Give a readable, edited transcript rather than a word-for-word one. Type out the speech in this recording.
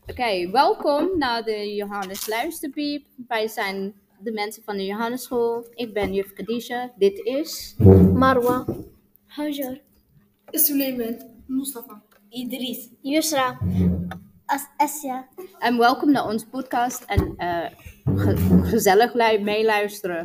Oké, welkom naar de Johannes Luisterpiep. Wij zijn de mensen van de Johannesschool. Ik ben juf Khadija. Dit is Marwa, Hajar, Suleiman, Mustafa, Idris, Yusra, Asya. En welkom naar onze podcast en gezellig meeluisteren.